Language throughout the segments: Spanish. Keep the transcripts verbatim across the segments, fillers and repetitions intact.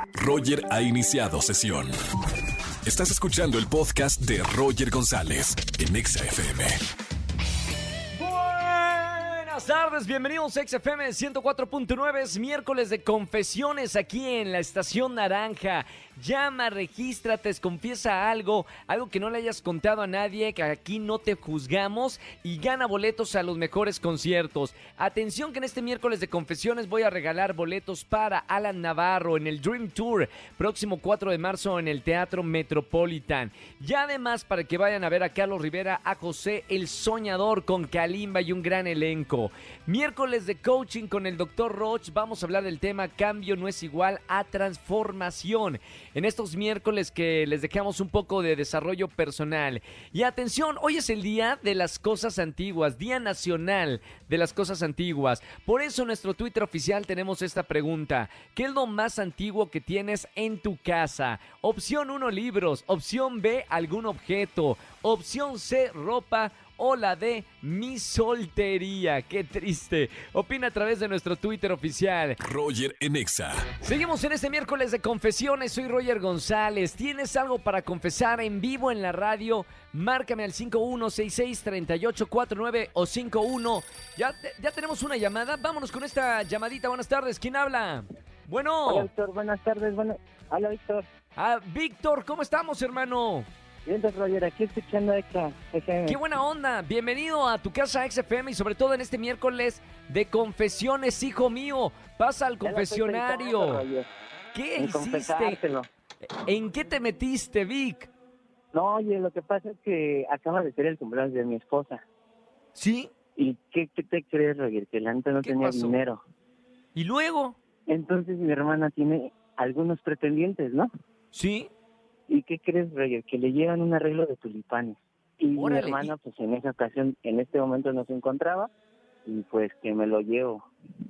Roger ha iniciado sesión. Estás escuchando el podcast de Roger González en Exa F M. Buenas tardes, bienvenidos a Exa F M ciento cuatro punto nueve. Es miércoles de confesiones aquí en la Estación Naranja. Llama, regístrate, confiesa algo, algo que no le hayas contado a nadie, que aquí no te juzgamos, y gana boletos a los mejores conciertos. Atención que en este miércoles de confesiones voy a regalar boletos para Alan Navarro en el Dream Tour, próximo cuatro de marzo en el Teatro Metropolitan. Y además para que vayan a ver a Carlos Rivera, a José el Soñador con Kalimba y un gran elenco. Miércoles de coaching con el doctor Roch, vamos a hablar del tema cambio no es igual a transformación. En estos miércoles que les dejamos un poco de desarrollo personal. Y atención, hoy es el día de las cosas antiguas, Día Nacional de las Cosas Antiguas. Por eso en nuestro Twitter oficial tenemos esta pregunta: ¿qué es lo más antiguo que tienes en tu casa? Opción uno, libros. Opción B, algún objeto. Opción C, ropa. O la de mi soltería. ¡Qué triste! Opina a través de nuestro Twitter oficial. Roger en Exa. Seguimos en este miércoles de confesiones. Soy Roger González. ¿Tienes algo para confesar en vivo en la radio? Márcame al cinco uno seis seis, tres ocho cuatro nueve o cinco uno. ¿Ya, ya tenemos una llamada? Vámonos con esta llamadita. Buenas tardes. ¿Quién habla? Bueno. Hola, Víctor. Buenas tardes. Bueno, hola, Víctor. Ah, Víctor, ¿cómo estamos, hermano? Bien, Roger, aquí escuchando Exa F M. ¡Qué buena onda! Bienvenido a tu casa Exa F M y sobre todo en este miércoles de confesiones, hijo mío. Pasa al confesionario. Pensando, ¿Qué en hiciste? confesártelo. ¿En qué te metiste, Vic? No, oye, lo que pasa es que acaba de ser el cumpleaños de mi esposa. ¿Sí? ¿Y qué, qué te crees, Roger? Que la neta no ¿Qué tenía pasó? dinero. ¿Y luego? Entonces mi hermana tiene algunos pretendientes, ¿no? ¿Sí? ¿Y qué crees, Roger? Que le llevan un arreglo de tulipanes. Y Órale, mi hermana, y- pues en esa ocasión, en este momento no se encontraba, y pues que me lo llevo.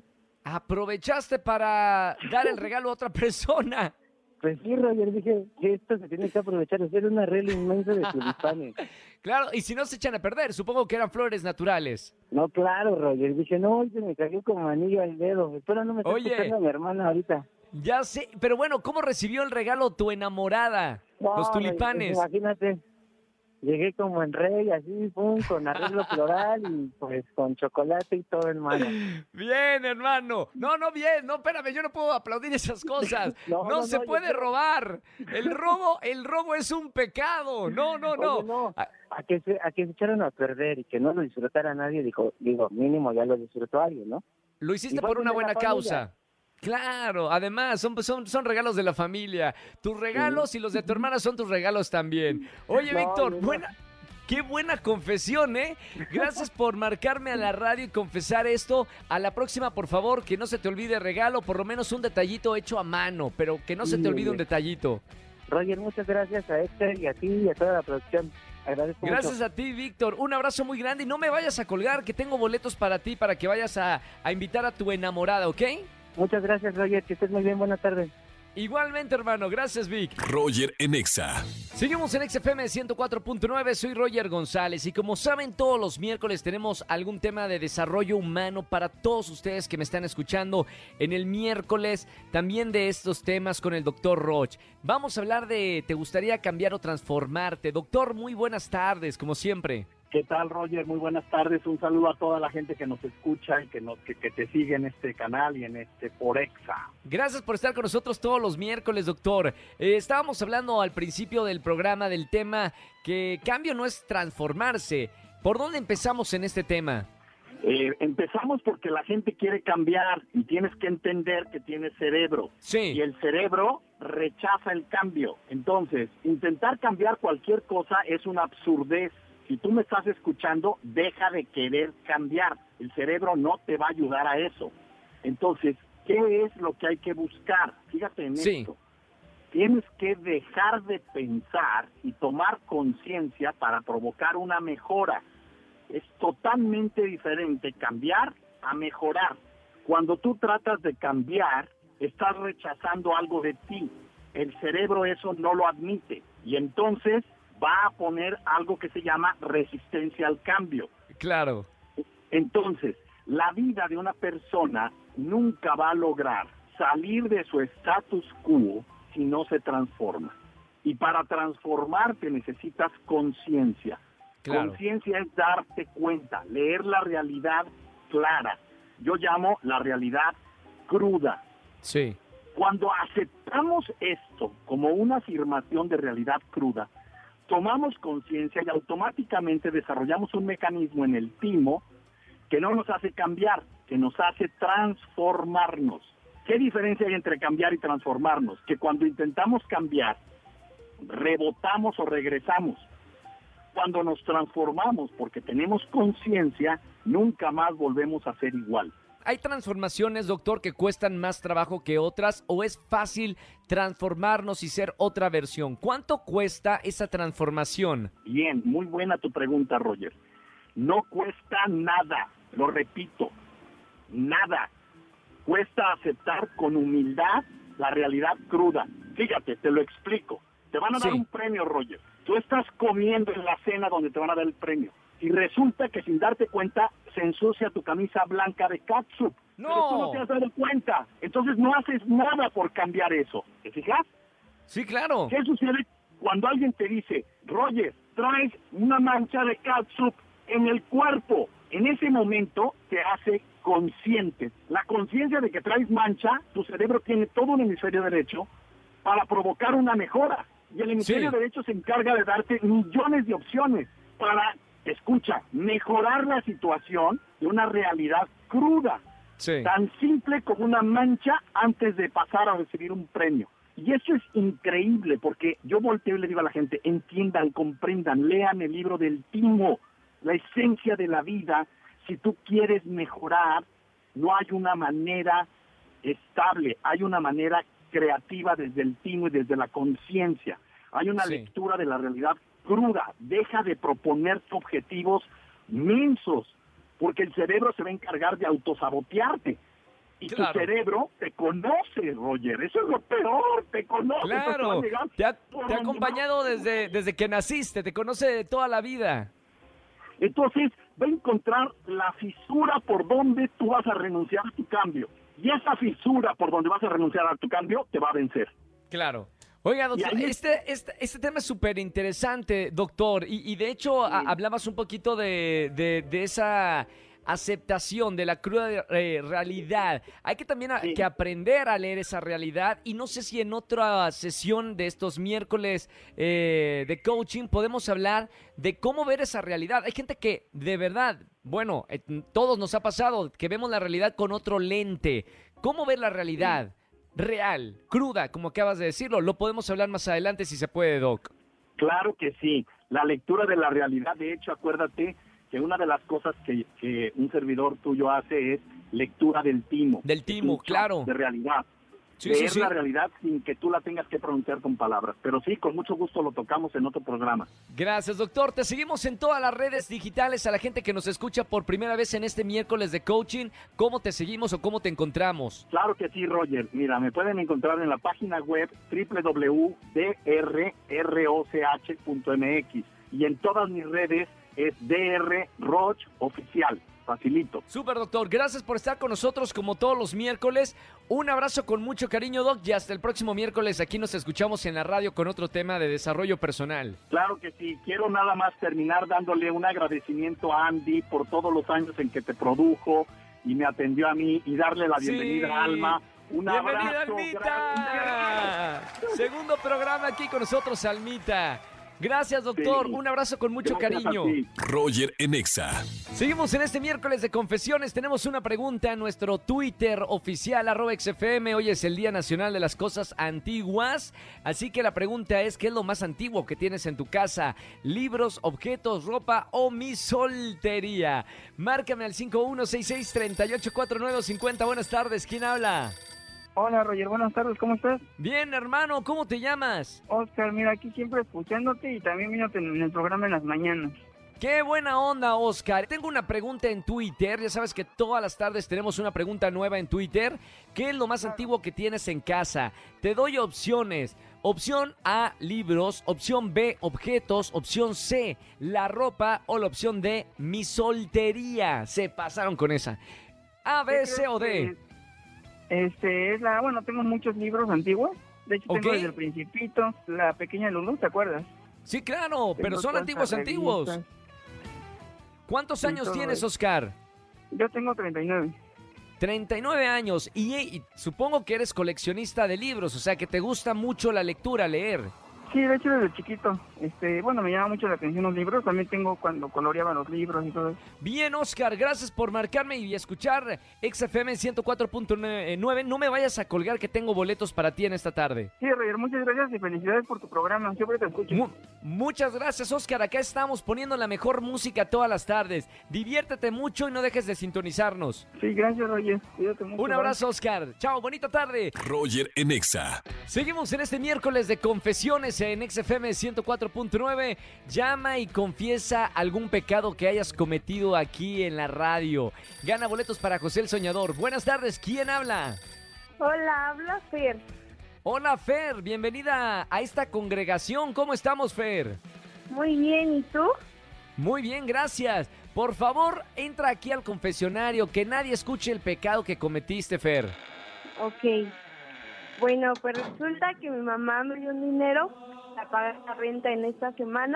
Aprovechaste para dar el regalo a otra persona. Pues sí, Roger, dije que esto se tiene que aprovechar, hacer un arreglo inmenso de tulipanes. Claro, y si no se echan a perder, supongo que eran flores naturales. No, claro, Roger, dije, no, se me cayó como anillo al dedo. Espero no me esté Oye. escuchando mi hermana ahorita. Ya sé, pero bueno, ¿cómo recibió el regalo tu enamorada? No, Los Roger, tulipanes. pues, imagínate, llegué como en rey, así, pum, con arreglo floral y pues con chocolate y todo en mano. Bien, hermano. No, no, bien. No, espérame, yo no puedo aplaudir esas cosas. No, No, no, se no, puede yo creo- robar. El robo, el robo es un pecado. No, no, no. Oye, no, Ah, a que, se, a que se echaron a perder y que no lo disfrutara nadie, dijo, digo, mínimo ya lo disfrutó alguien, ¿no? Lo hiciste Igual por de una la buena familia. causa. Claro, además, son, son, son regalos de la familia. Tus regalos y los de tu hermana son tus regalos también. Oye, No, Víctor, oye, no. buena... Qué buena confesión, ¿eh? Gracias por marcarme a la radio y confesar esto. A la próxima, por favor, que no se te olvide regalo, por lo menos un detallito hecho a mano, pero que no se te Sí, olvide un oye. detallito. Roger, muchas gracias a Héctor y a ti y a toda la producción. Agradezco Gracias mucho. a ti, Víctor. Un abrazo muy grande y no me vayas a colgar, que tengo boletos para ti, para que vayas a, a invitar a tu enamorada, ¿ok? Muchas gracias, Roger, que estés muy bien. Buenas tardes. Igualmente, hermano. Gracias, Vic. Roger en Exa. Seguimos en X F M ciento cuatro punto nueve, soy Roger González y como saben todos los miércoles tenemos algún tema de desarrollo humano para todos ustedes que me están escuchando en el miércoles, también de estos temas con el doctor Roch. Vamos a hablar de ¿te gustaría cambiar o transformarte? Doctor, muy buenas tardes, como siempre. ¿Qué tal, Roger? Muy buenas tardes. Un saludo a toda la gente que nos escucha y que, nos, que, que te sigue en este canal y en este por Exa. Gracias por estar con nosotros todos los miércoles, doctor. Eh, estábamos hablando al principio del programa del tema que cambio no es transformarse. ¿Por dónde empezamos en este tema? Eh, empezamos porque la gente quiere cambiar y tienes que entender que tienes cerebro. Sí. Y el cerebro rechaza el cambio. Entonces, intentar cambiar cualquier cosa es una absurdez. Si tú me estás escuchando, deja de querer cambiar. El cerebro no te va a ayudar a eso. Entonces, ¿qué es lo que hay que buscar? Fíjate en Sí. esto. Tienes que dejar de pensar y tomar conciencia para provocar una mejora. Es totalmente diferente cambiar a mejorar. Cuando tú tratas de cambiar, estás rechazando algo de ti. El cerebro eso no lo admite. Y entonces va a poner algo que se llama resistencia al cambio. Claro. Entonces, la vida de una persona nunca va a lograr salir de su status quo si no se transforma. Y para transformarte necesitas conciencia. Claro. Conciencia es darte cuenta, leer la realidad clara. Yo llamo la realidad cruda. Sí. Cuando aceptamos esto como una afirmación de realidad cruda, tomamos conciencia y automáticamente desarrollamos un mecanismo en el timo que no nos hace cambiar, que nos hace transformarnos. ¿Qué diferencia hay entre cambiar y transformarnos? Que cuando intentamos cambiar, rebotamos o regresamos. Cuando nos transformamos porque tenemos conciencia, nunca más volvemos a ser igual. ¿Hay transformaciones, doctor, que cuestan más trabajo que otras o es fácil transformarnos y ser otra versión? ¿Cuánto cuesta esa transformación? Bien, muy buena tu pregunta, Roger. No cuesta nada, lo repito, nada. Cuesta aceptar con humildad la realidad cruda. Fíjate, te lo explico. Te van a dar Sí. un premio, Roger. Tú estás comiendo en la cena donde te van a dar el premio. Y resulta que sin darte cuenta se ensucia tu camisa blanca de catsup. ¡No! Pero tú no te has dado cuenta. Entonces no haces nada por cambiar eso. ¿Te fijas? Sí, claro. ¿Qué sucede cuando alguien te dice, Roger, traes una mancha de catsup en el cuerpo? En ese momento te hace consciente. La conciencia de que traes mancha, tu cerebro tiene todo un hemisferio derecho para provocar una mejora. Y el hemisferio Sí. derecho se encarga de darte millones de opciones para, escucha, mejorar la situación de una realidad cruda. Sí. Tan simple como una mancha antes de pasar a recibir un premio. Y eso es increíble porque yo volteo y le digo a la gente, entiendan, comprendan, lean el libro del timo, la esencia de la vida. Si tú quieres mejorar, no hay una manera estable, hay una manera creativa desde el timo y desde la conciencia. Hay una Sí. lectura de la realidad cruda. Deja de proponerte objetivos mensos, porque el cerebro se va a encargar de autosabotearte. Y Claro. tu cerebro te conoce, Roger. Eso es lo peor, te conoce. entonces te va Claro. a llegar Te ha, por te ha donde acompañado va. desde, desde que naciste, te conoce de toda la vida. Entonces va a encontrar la fisura por donde tú vas a renunciar a tu cambio. Y esa fisura por donde vas a renunciar a tu cambio te va a vencer. Claro. Oiga, doctor, Y ahí- este, este, este tema es súper interesante, doctor, y, y de hecho a- hablabas un poquito de, de, de esa aceptación de la cruda eh, realidad. Hay que también a- Sí. que aprender a leer esa realidad y no sé si en otra sesión de estos miércoles eh, de coaching podemos hablar de cómo ver esa realidad. Hay gente que de verdad, bueno, eh, todos nos ha pasado que vemos la realidad con otro lente. ¿Cómo ver la realidad? Real, cruda, como acabas de decirlo. Lo podemos hablar más adelante si se puede, Doc. Claro que sí. La lectura de la realidad, de hecho, acuérdate que una de las cosas que, que un servidor tuyo hace es lectura del timo. Del timo, Es un shock claro. De realidad. Sí, Leer sí, sí. la realidad sin que tú la tengas que pronunciar con palabras. Pero sí, con mucho gusto lo tocamos en otro programa. Gracias, doctor. Te seguimos en todas las redes digitales. A la gente que nos escucha por primera vez en este miércoles de coaching, ¿cómo te seguimos o cómo te encontramos? Claro que sí, Roger. Mira, me pueden encontrar en la página web doble u doble u doble u punto d r r o c h punto m x y en todas mis redes es D R Roch Oficial. Facilito. Súper, doctor. Gracias por estar con nosotros como todos los miércoles. Un abrazo con mucho cariño, Doc, y hasta el próximo miércoles aquí nos escuchamos en la radio con otro tema de desarrollo personal. Claro que sí. Quiero nada más terminar dándole un agradecimiento a Andy por todos los años en que te produjo y me atendió a mí y darle la bienvenida Sí. a Alma. Un ¡Bienvenida, abrazo. Almita! Gracias. Segundo programa aquí con nosotros, Almita. Gracias, doctor. Sí. Un abrazo con mucho Gracias a cariño. ti. Roger en Exa. Seguimos en este miércoles de confesiones. Tenemos una pregunta en nuestro Twitter oficial, arroba X F M. Hoy es el Día Nacional de las Cosas Antiguas. Así que la pregunta es, ¿qué es lo más antiguo que tienes en tu casa? ¿Libros, objetos, ropa o mi soltería? Márcame al cinco uno seis seis, tres ocho cuatro nueve cinco cero. Buenas tardes. ¿Quién habla? Hola, Roger, buenas tardes, ¿cómo estás? Bien, hermano. ¿Cómo te llamas? Oscar, mira, aquí siempre escuchándote y también viéndote en el programa en las mañanas. Qué buena onda, Oscar. Tengo una pregunta en Twitter. Ya sabes que todas las tardes tenemos una pregunta nueva en Twitter. ¿Qué es lo más antiguo que tienes en casa? Te doy opciones. Opción A, libros. Opción B, objetos. Opción C, la ropa. O la opción D, mi soltería. Se pasaron con esa. A, B, ¿Qué C o crees D. que- Este, es la, bueno, tengo muchos libros antiguos. De hecho, tengo Ok. desde El Principito, La Pequeña Lulú, ¿te acuerdas? Sí, claro, pero Tengo son todas antiguos, esas antiguos. revistas. ¿Cuántos Sí, años todo tienes, eso. Oscar? Yo tengo treinta y nueve. treinta y nueve años y, y supongo que eres coleccionista de libros, o sea que te gusta mucho la lectura, leer. Sí, de hecho, desde chiquito. Este, bueno, me llama mucho la atención los libros. También tengo cuando coloreaba los libros y todo eso. Bien, Oscar, gracias por marcarme y escuchar X F M ciento cuatro punto nueve. No me vayas a colgar que tengo boletos para ti en esta tarde. Sí, Roger, muchas gracias y felicidades por tu programa. Siempre te escucho. Mu- muchas gracias, Oscar. Acá estamos poniendo la mejor música todas las tardes. Diviértete mucho y no dejes de sintonizarnos. Sí, gracias, Roger. Cuídate mucho. Un bye. abrazo, Oscar. Chao, bonita tarde. Roger en Exa. Seguimos en este miércoles de confesiones en X F M ciento cuatro punto nueve. Llama y confiesa algún pecado que hayas cometido aquí en la radio. Gana boletos para José el Soñador. Buenas tardes, ¿quién habla? Hola, habla Fer. Hola, Fer, bienvenida a esta congregación. ¿Cómo estamos, Fer? Muy bien, ¿y tú? Muy bien, gracias. Por favor, entra aquí al confesionario, que nadie escuche el pecado que cometiste, Fer. Ok. Bueno, pues resulta que mi mamá me dio un dinero para pagar la renta en esta semana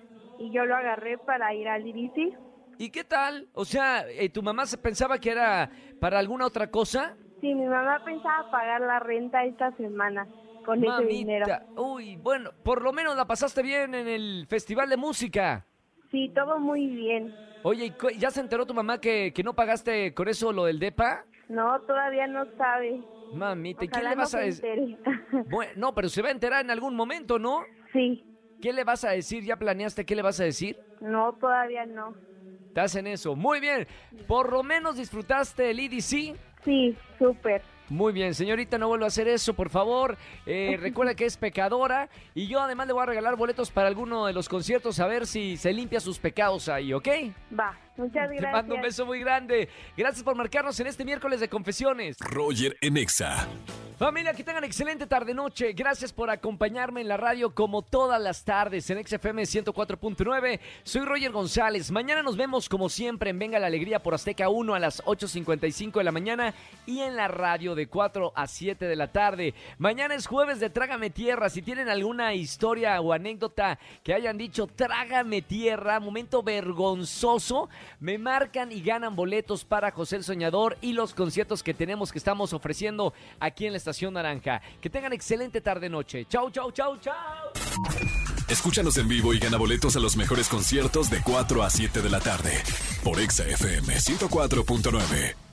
y yo lo agarré para ir al I B C. ¿Y qué tal? O sea, eh, ¿tu mamá se pensaba que era para alguna otra cosa? Sí, mi mamá pensaba pagar la renta esta semana con ese dinero. Mamita, uy, bueno, por lo menos la pasaste bien en el festival de música. Sí, todo muy bien. Oye, ¿y cu- ¿ya se enteró tu mamá que, que no pagaste con eso lo del depa? No, todavía no sabe. Mamita, ¿y qué Ojalá le no vas a se decir? entere. Bueno, no, pero se va a enterar en algún momento, ¿no? Sí, ¿Qué le vas a decir? ¿Ya planeaste qué le vas a decir? no, todavía no. Estás en eso. Muy bien. Por lo menos disfrutaste el E D C. Sí, súper. Muy bien, señorita, no vuelva a hacer eso, por favor. Eh, recuerda que es pecadora. Y yo además le voy a regalar boletos para alguno de los conciertos a ver si se limpia sus pecados ahí, ¿ok? Va, muchas Te gracias. mando un beso muy grande. Gracias por marcarnos en este miércoles de confesiones. Roger en Exa. Familia, que tengan excelente tarde-noche. Gracias por acompañarme en la radio como todas las tardes en X F M ciento cuatro punto nueve. Soy Roger González. Mañana nos vemos como siempre en Venga la Alegría por Azteca uno a las ocho cincuenta y cinco de la mañana y en la radio de cuatro a siete de la tarde. Mañana es jueves de Trágame Tierra. Si tienen alguna historia o anécdota que hayan dicho Trágame Tierra, momento vergonzoso, me marcan y ganan boletos para José el Soñador y los conciertos que tenemos que estamos ofreciendo aquí en la Estación Naranja. Que tengan excelente tarde-noche. Chau, chau, chau, chau. Escúchanos en vivo y gana boletos a los mejores conciertos de cuatro a siete de la tarde por Exa F M ciento cuatro punto nueve.